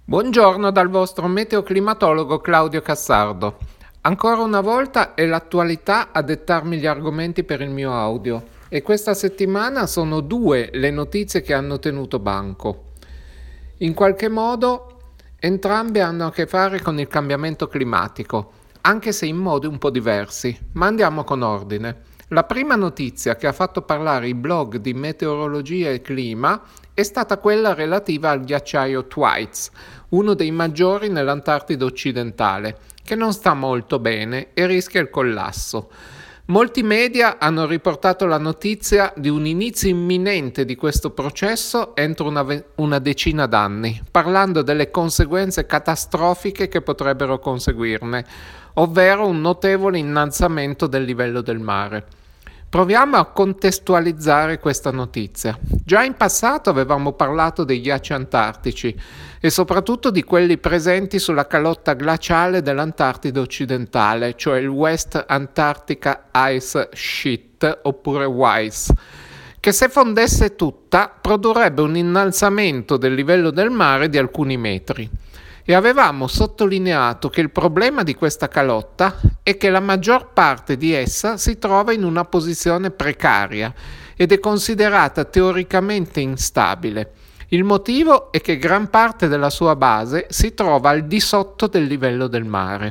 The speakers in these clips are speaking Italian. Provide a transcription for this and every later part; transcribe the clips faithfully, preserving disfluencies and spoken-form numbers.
Buongiorno dal vostro meteoclimatologo Claudio Cassardo. Ancora una volta è l'attualità a dettarmi gli argomenti per il mio audio e questa settimana sono due le notizie che hanno tenuto banco. In qualche modo entrambe hanno a che fare con il cambiamento climatico, anche se in modi un po' diversi, ma andiamo con ordine. La prima notizia che ha fatto parlare i blog di meteorologia e clima è stata quella relativa al ghiacciaio Thwaites, uno dei maggiori nell'Antartide occidentale, che non sta molto bene e rischia il collasso. Molti media hanno riportato la notizia di un inizio imminente di questo processo entro una, ve- una decina d'anni, parlando delle conseguenze catastrofiche che potrebbero conseguirne, ovvero un notevole innalzamento del livello del mare. Proviamo a contestualizzare questa notizia. Già in passato avevamo parlato dei ghiacci antartici e soprattutto di quelli presenti sulla calotta glaciale dell'Antartide occidentale, cioè il West Antarctica Ice Sheet oppure WICE, che se fondesse tutta produrrebbe un innalzamento del livello del mare di alcuni metri. E avevamo sottolineato che il problema di questa calotta è che la maggior parte di essa si trova in una posizione precaria ed è considerata teoricamente instabile. Il motivo è che gran parte della sua base si trova al di sotto del livello del mare.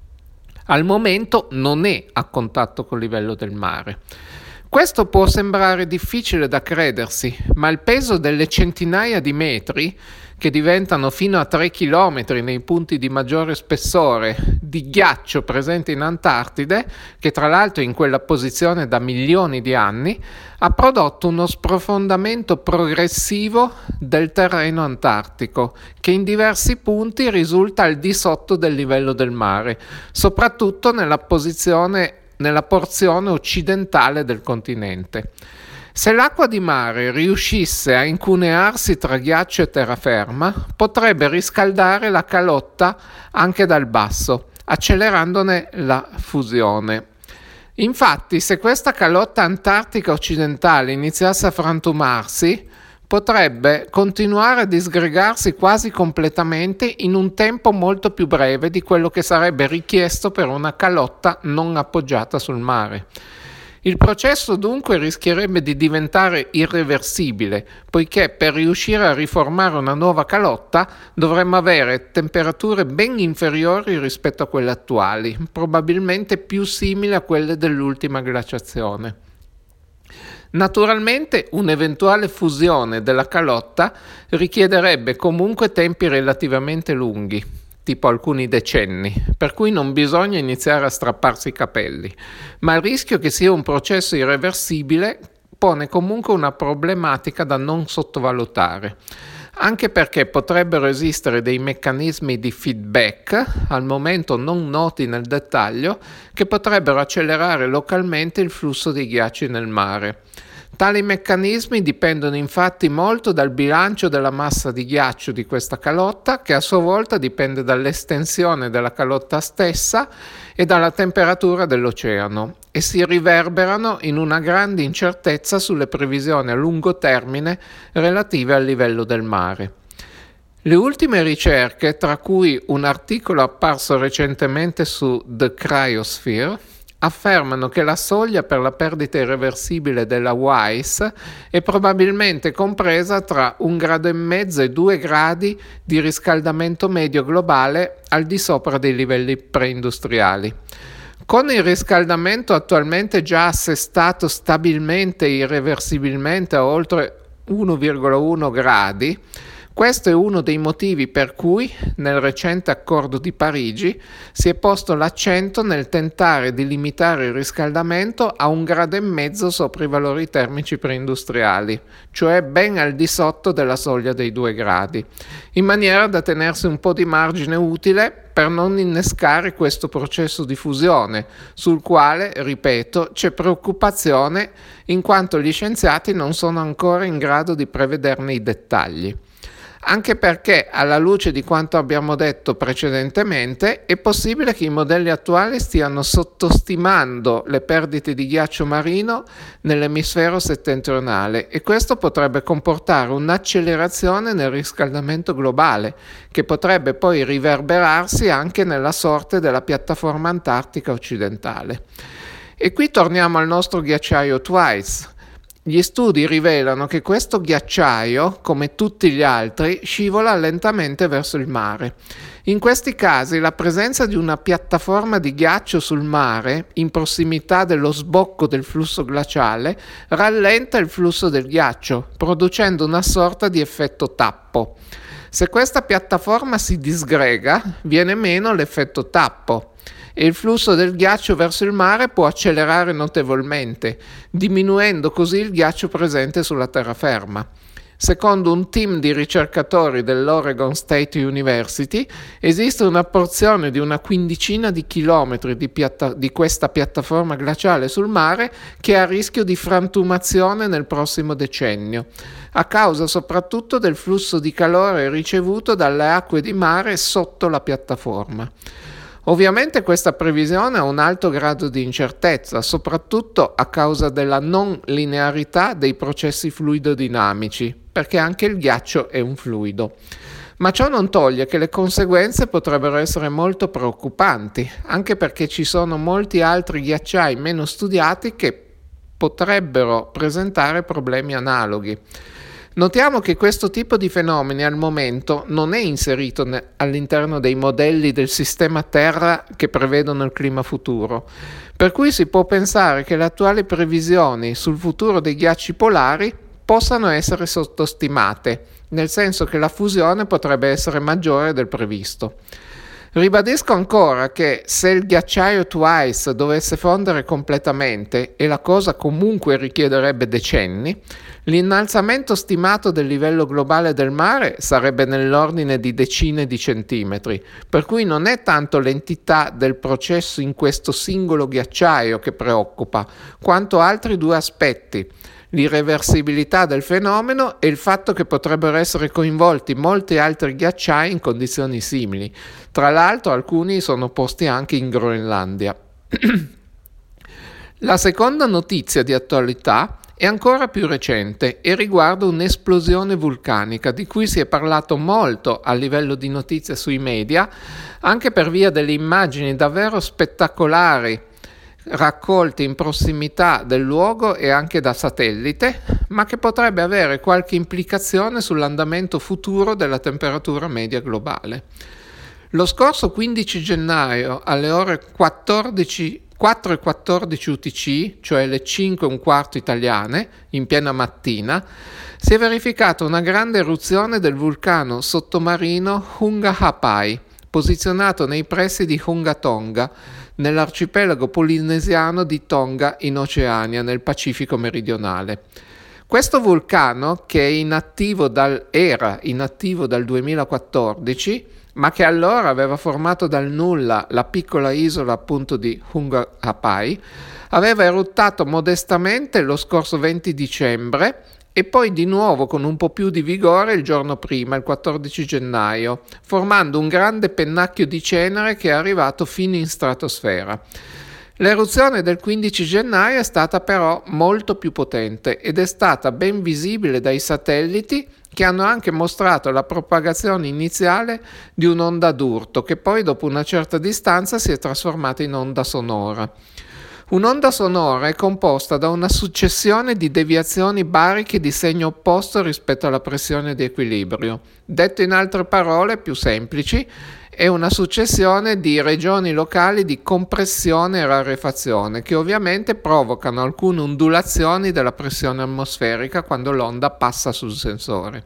Al momento non è a contatto col livello del mare. Questo può sembrare difficile da credersi, ma il peso delle centinaia di metri, che diventano fino a tre chilometri nei punti di maggiore spessore, di ghiaccio presente in Antartide, che tra l'altro è in quella posizione da milioni di anni, ha prodotto uno sprofondamento progressivo del terreno antartico, che in diversi punti risulta al di sotto del livello del mare, soprattutto nella posizione nella porzione occidentale del continente. Se l'acqua di mare riuscisse a incunearsi tra ghiaccio e terraferma, potrebbe riscaldare la calotta anche dal basso, accelerandone la fusione. Infatti, se questa calotta antartica occidentale iniziasse a frantumarsi, potrebbe continuare a disgregarsi quasi completamente in un tempo molto più breve di quello che sarebbe richiesto per una calotta non appoggiata sul mare. Il processo dunque rischierebbe di diventare irreversibile, poiché per riuscire a riformare una nuova calotta dovremmo avere temperature ben inferiori rispetto a quelle attuali, probabilmente più simili a quelle dell'ultima glaciazione. Naturalmente un'eventuale fusione della calotta richiederebbe comunque tempi relativamente lunghi, tipo alcuni decenni, per cui non bisogna iniziare a strapparsi i capelli, ma il rischio che sia un processo irreversibile pone comunque una problematica da non sottovalutare, anche perché potrebbero esistere dei meccanismi di feedback, al momento non noti nel dettaglio, che potrebbero accelerare localmente il flusso di ghiacci nel mare. Tali meccanismi dipendono infatti molto dal bilancio della massa di ghiaccio di questa calotta, che a sua volta dipende dall'estensione della calotta stessa e dalla temperatura dell'oceano, e si riverberano in una grande incertezza sulle previsioni a lungo termine relative al livello del mare. Le ultime ricerche, tra cui un articolo apparso recentemente su The Cryosphere, affermano che la soglia per la perdita irreversibile della WICE è probabilmente compresa tra un grado e mezzo e due gradi di riscaldamento medio globale al di sopra dei livelli preindustriali. Con il riscaldamento attualmente già assestato stabilmente e irreversibilmente a oltre uno virgola uno gradi, questo è uno dei motivi per cui, nel recente accordo di Parigi, si è posto l'accento nel tentare di limitare il riscaldamento a un grado e mezzo sopra i valori termici preindustriali, cioè ben al di sotto della soglia dei due gradi, in maniera da tenersi un po' di margine utile per non innescare questo processo di fusione, sul quale, ripeto, c'è preoccupazione in quanto gli scienziati non sono ancora in grado di prevederne i dettagli. anche perché, alla luce di quanto abbiamo detto precedentemente, è possibile che i modelli attuali stiano sottostimando le perdite di ghiaccio marino nell'emisfero settentrionale, e questo potrebbe comportare un'accelerazione nel riscaldamento globale, che potrebbe poi riverberarsi anche nella sorte della piattaforma antartica occidentale. E qui torniamo al nostro ghiacciaio Twice. Gli studi rivelano che questo ghiacciaio, come tutti gli altri, scivola lentamente verso il mare. In questi casi la presenza di una piattaforma di ghiaccio sul mare, in prossimità dello sbocco del flusso glaciale, rallenta il flusso del ghiaccio, producendo una sorta di effetto tappo. Se questa piattaforma si disgrega, viene meno l'effetto tappo, e il flusso del ghiaccio verso il mare può accelerare notevolmente, diminuendo così il ghiaccio presente sulla terraferma. Secondo un team di ricercatori dell'Oregon State University, esiste una porzione di una quindicina di chilometri di, piatta- di questa piattaforma glaciale sul mare che è a rischio di frantumazione nel prossimo decennio, a causa soprattutto del flusso di calore ricevuto dalle acque di mare sotto la piattaforma. Ovviamente questa previsione ha un alto grado di incertezza, soprattutto a causa della non linearità dei processi fluidodinamici, perché anche il ghiaccio è un fluido. Ma ciò non toglie che le conseguenze potrebbero essere molto preoccupanti, anche perché ci sono molti altri ghiacciai meno studiati che potrebbero presentare problemi analoghi. Notiamo che questo tipo di fenomeni al momento non è inserito ne- all'interno dei modelli del sistema Terra che prevedono il clima futuro, per cui si può pensare che le attuali previsioni sul futuro dei ghiacci polari possano essere sottostimate, nel senso che la fusione potrebbe essere maggiore del previsto. Ribadisco ancora che se il ghiacciaio Twice dovesse fondere completamente, e la cosa comunque richiederebbe decenni, l'innalzamento stimato del livello globale del mare sarebbe nell'ordine di decine di centimetri, per cui non è tanto l'entità del processo in questo singolo ghiacciaio che preoccupa, quanto altri due aspetti: l'irreversibilità del fenomeno e il fatto che potrebbero essere coinvolti molti altri ghiacciai in condizioni simili. Tra l'altro alcuni sono posti anche in Groenlandia. La seconda notizia di attualità è ancora più recente e riguarda un'esplosione vulcanica di cui si è parlato molto a livello di notizie sui media, anche per via delle immagini davvero spettacolari raccolte in prossimità del luogo e anche da satellite, ma che potrebbe avere qualche implicazione sull'andamento futuro della temperatura media globale. Lo scorso quindici gennaio alle ore quattordici quattro e quattordici U T C, cioè le cinque e un quarto italiane, in piena mattina, si è verificata una grande eruzione del vulcano sottomarino Hunga Hapai, posizionato nei pressi di Hunga Tonga, nell'arcipelago polinesiano di Tonga in Oceania, nel Pacifico meridionale. Questo vulcano, che è inattivo dal, era inattivo dal duemilaquattordici, ma che allora aveva formato dal nulla la piccola isola appunto di Hunga Hapai, aveva eruttato modestamente lo scorso venti dicembre e poi di nuovo con un po' più di vigore il giorno prima, il quattordici gennaio, formando un grande pennacchio di cenere che è arrivato fino in stratosfera. L'eruzione del quindici gennaio è stata però molto più potente ed è stata ben visibile dai satelliti, che hanno anche mostrato la propagazione iniziale di un'onda d'urto che poi dopo una certa distanza si è trasformata in onda sonora. Un'onda sonora è composta da una successione di deviazioni bariche di segno opposto rispetto alla pressione di equilibrio. Detto in altre parole più semplici, è una successione di regioni locali di compressione e rarefazione che ovviamente provocano alcune ondulazioni della pressione atmosferica quando l'onda passa sul sensore.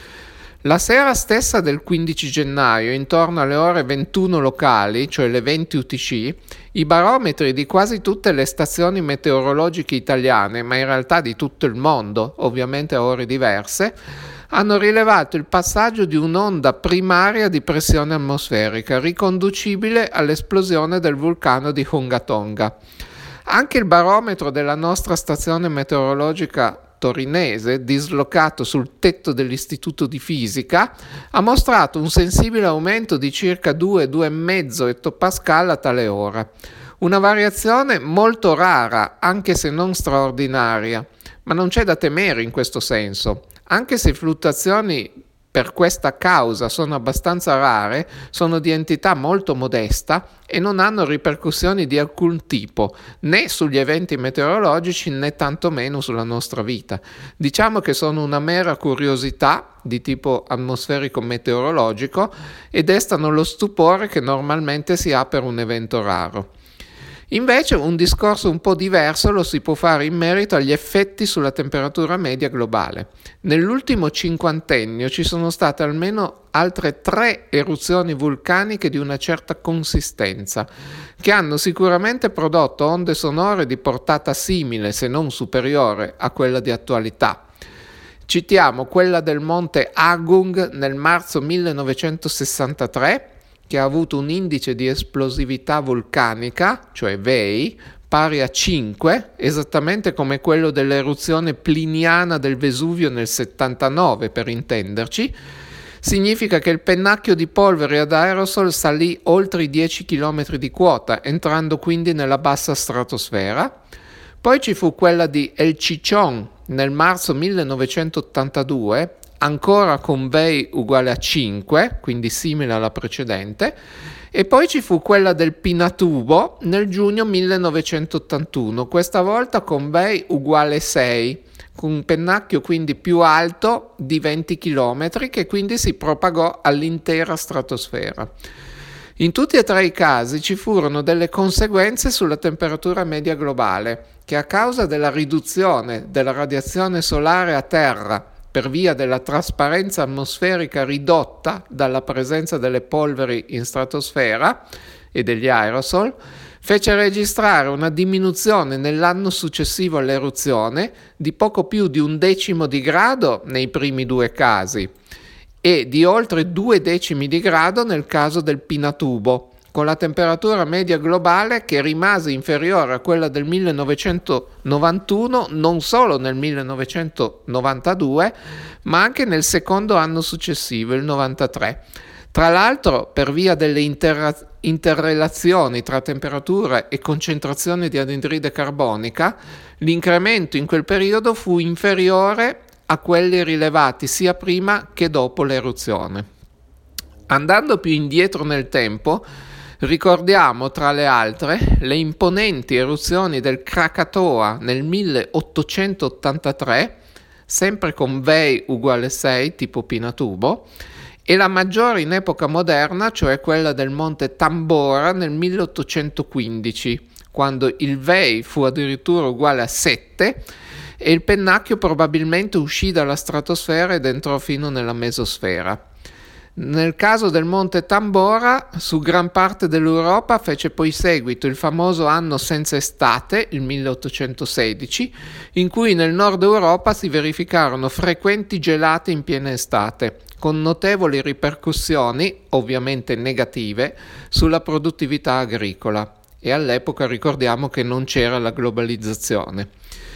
La sera stessa del quindici gennaio, intorno alle ore ventuno locali, cioè le venti U T C, i barometri di quasi tutte le stazioni meteorologiche italiane, ma in realtà di tutto il mondo, ovviamente a ore diverse, hanno rilevato il passaggio di un'onda primaria di pressione atmosferica riconducibile all'esplosione del vulcano di Hunga Tonga. Anche il barometro della nostra stazione meteorologica torinese, dislocato sul tetto dell'Istituto di Fisica, ha mostrato un sensibile aumento di circa due due virgola cinque ettopascal a tale ora. Una variazione molto rara, anche se non straordinaria, ma non c'è da temere in questo senso. Anche se fluttuazioni per questa causa sono abbastanza rare, sono di entità molto modesta e non hanno ripercussioni di alcun tipo, né sugli eventi meteorologici né tantomeno sulla nostra vita. Diciamo che sono una mera curiosità di tipo atmosferico-meteorologico e destano lo stupore che normalmente si ha per un evento raro. Invece un discorso un po' diverso lo si può fare in merito agli effetti sulla temperatura media globale. Nell'ultimo cinquantennio ci sono state almeno altre tre eruzioni vulcaniche di una certa consistenza, che hanno sicuramente prodotto onde sonore di portata simile, se non superiore, a quella di attualità. Citiamo quella del monte Agung nel marzo millenovecentosessantatré, che ha avuto un indice di esplosività vulcanica, cioè V E I, pari a cinque, esattamente come quello dell'eruzione pliniana del Vesuvio nel settantanove, per intenderci. Significa che il pennacchio di polvere ad aerosol salì oltre i dieci chilometri di quota, entrando quindi nella bassa stratosfera. Poi ci fu quella di El Chichón nel marzo millenovecentottantadue, ancora con V E I uguale a cinque, quindi simile alla precedente, e poi ci fu quella del Pinatubo nel giugno millenovecentottantuno, questa volta con V E I uguale sei, con un pennacchio quindi più alto di venti chilometri, che quindi si propagò all'intera stratosfera. In tutti e tre i casi ci furono delle conseguenze sulla temperatura media globale, che a causa della riduzione della radiazione solare a terra per via della trasparenza atmosferica ridotta dalla presenza delle polveri in stratosfera e degli aerosol, fece registrare una diminuzione nell'anno successivo all'eruzione di poco più di un decimo di grado nei primi due casi e di oltre due decimi di grado nel caso del Pinatubo, con la temperatura media globale che rimase inferiore a quella del millenovecentonovantuno non solo nel millenovecentonovantadue, ma anche nel secondo anno successivo, il novantatré. Tra l'altro, per via delle inter- interrelazioni tra temperatura e concentrazione di anidride carbonica, l'incremento in quel periodo fu inferiore a quelli rilevati sia prima che dopo l'eruzione. Andando più indietro nel tempo, ricordiamo tra le altre le imponenti eruzioni del Krakatoa nel milleottocentottantatré, sempre con V E I uguale sei, tipo Pinatubo, e la maggiore in epoca moderna, cioè quella del monte Tambora nel milleottocentoquindici, quando il V E I fu addirittura uguale a sette e il pennacchio probabilmente uscì dalla stratosfera ed entrò fino nella mesosfera. Nel caso del monte Tambora, su gran parte dell'Europa fece poi seguito il famoso anno senza estate, il milleottocentosedici, in cui nel nord Europa si verificarono frequenti gelate in piena estate, con notevoli ripercussioni, ovviamente negative, sulla produttività agricola. E all'epoca ricordiamo che non c'era la globalizzazione.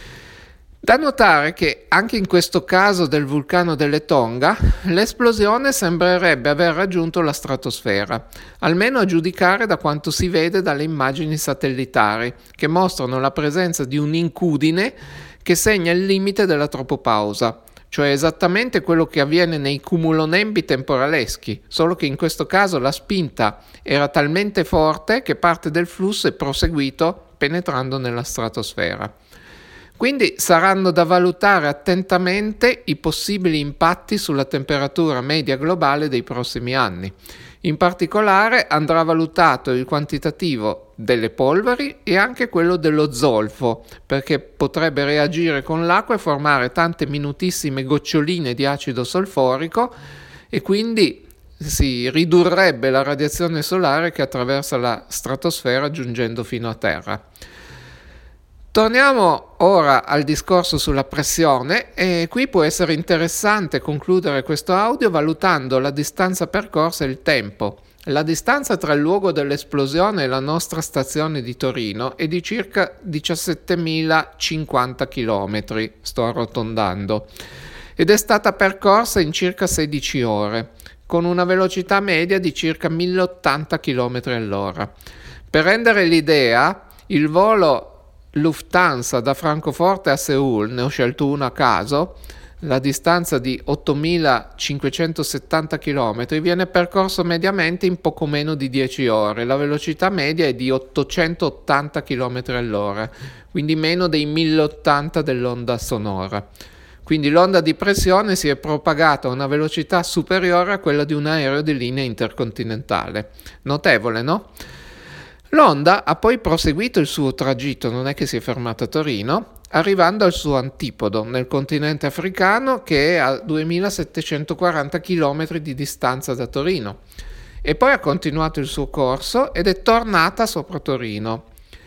Da notare che anche in questo caso del vulcano delle Tonga l'esplosione sembrerebbe aver raggiunto la stratosfera, almeno a giudicare da quanto si vede dalle immagini satellitari, che mostrano la presenza di un'incudine che segna il limite della tropopausa, cioè esattamente quello che avviene nei cumulonembi temporaleschi, solo che in questo caso la spinta era talmente forte che parte del flusso è proseguito penetrando nella stratosfera. Quindi saranno da valutare attentamente i possibili impatti sulla temperatura media globale dei prossimi anni. In particolare andrà valutato il quantitativo delle polveri e anche quello dello zolfo, perché potrebbe reagire con l'acqua e formare tante minutissime goccioline di acido solforico e quindi si ridurrebbe la radiazione solare che attraversa la stratosfera giungendo fino a terra. Torniamo ora al discorso sulla pressione e qui può essere interessante concludere questo audio valutando la distanza percorsa e il tempo. La distanza tra il luogo dell'esplosione e la nostra stazione di Torino è di circa diciassettemilacinquanta chilometri, sto arrotondando, ed è stata percorsa in circa sedici ore, con una velocità media di circa mille ottanta chilometri all'ora. Per rendere l'idea, il volo Lufthansa da Francoforte a Seul, ne ho scelto uno a caso, la distanza di ottomilacinquecentosettanta chilometri viene percorso mediamente in poco meno di dieci ore, la velocità media è di ottocentottanta chilometri all'ora, quindi meno dei mille ottanta dell'onda sonora. Quindi l'onda di pressione si è propagata a una velocità superiore a quella di un aereo di linea intercontinentale. Notevole, no? L'onda ha poi proseguito il suo tragitto, non è che si è fermata a Torino, arrivando al suo antipodo, nel continente africano, che è a duemilasettecentoquaranta chilometri di distanza da Torino. E poi ha continuato il suo corso ed è tornata sopra Torino.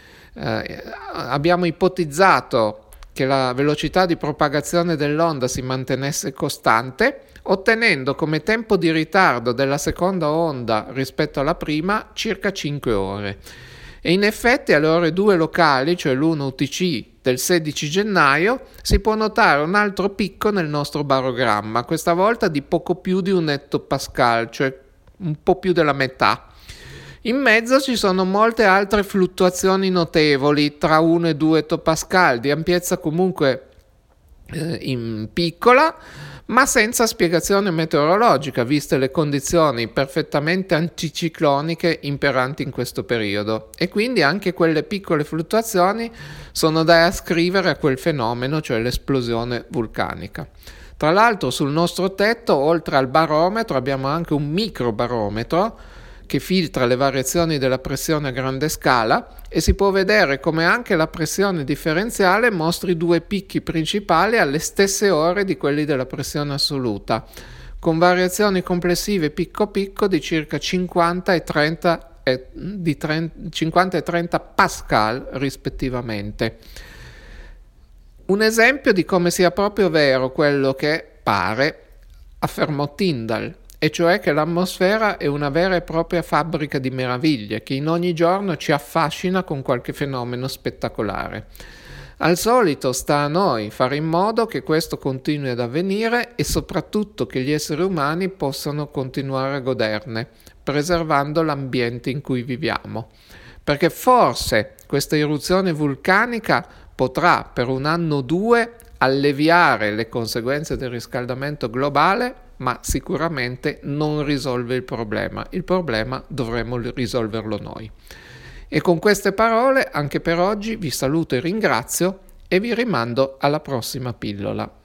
Eh, abbiamo ipotizzato che la velocità di propagazione dell'onda si mantenesse costante, ottenendo come tempo di ritardo della seconda onda rispetto alla prima circa cinque ore. E in effetti alle ore due locali, cioè l'uno U T C del sedici gennaio, si può notare un altro picco nel nostro barogramma, questa volta di poco più di un ettopascal, cioè un po' più della metà. In mezzo ci sono molte altre fluttuazioni notevoli, tra uno e due ettopascal, di ampiezza comunque eh, in piccola, ma senza spiegazione meteorologica, viste le condizioni perfettamente anticicloniche imperanti in questo periodo. E quindi anche quelle piccole fluttuazioni sono da ascrivere a quel fenomeno, cioè l'esplosione vulcanica. Tra l'altro sul nostro tetto, oltre al barometro, abbiamo anche un microbarometro che filtra le variazioni della pressione a grande scala e si può vedere come anche la pressione differenziale mostri due picchi principali alle stesse ore di quelli della pressione assoluta, con variazioni complessive picco-picco di circa cinquanta e trenta, eh, di trenta, cinquanta e trenta pascal rispettivamente. Un esempio di come sia proprio vero quello che pare affermò Tyndall, e cioè che l'atmosfera è una vera e propria fabbrica di meraviglie che in ogni giorno ci affascina con qualche fenomeno spettacolare. Al solito sta a noi fare in modo che questo continui ad avvenire e soprattutto che gli esseri umani possano continuare a goderne, preservando l'ambiente in cui viviamo. Perché forse questa eruzione vulcanica potrà per un anno o due alleviare le conseguenze del riscaldamento globale, ma sicuramente non risolve il problema. Il problema dovremo risolverlo noi. E con queste parole, anche per oggi, vi saluto e ringrazio e vi rimando alla prossima pillola.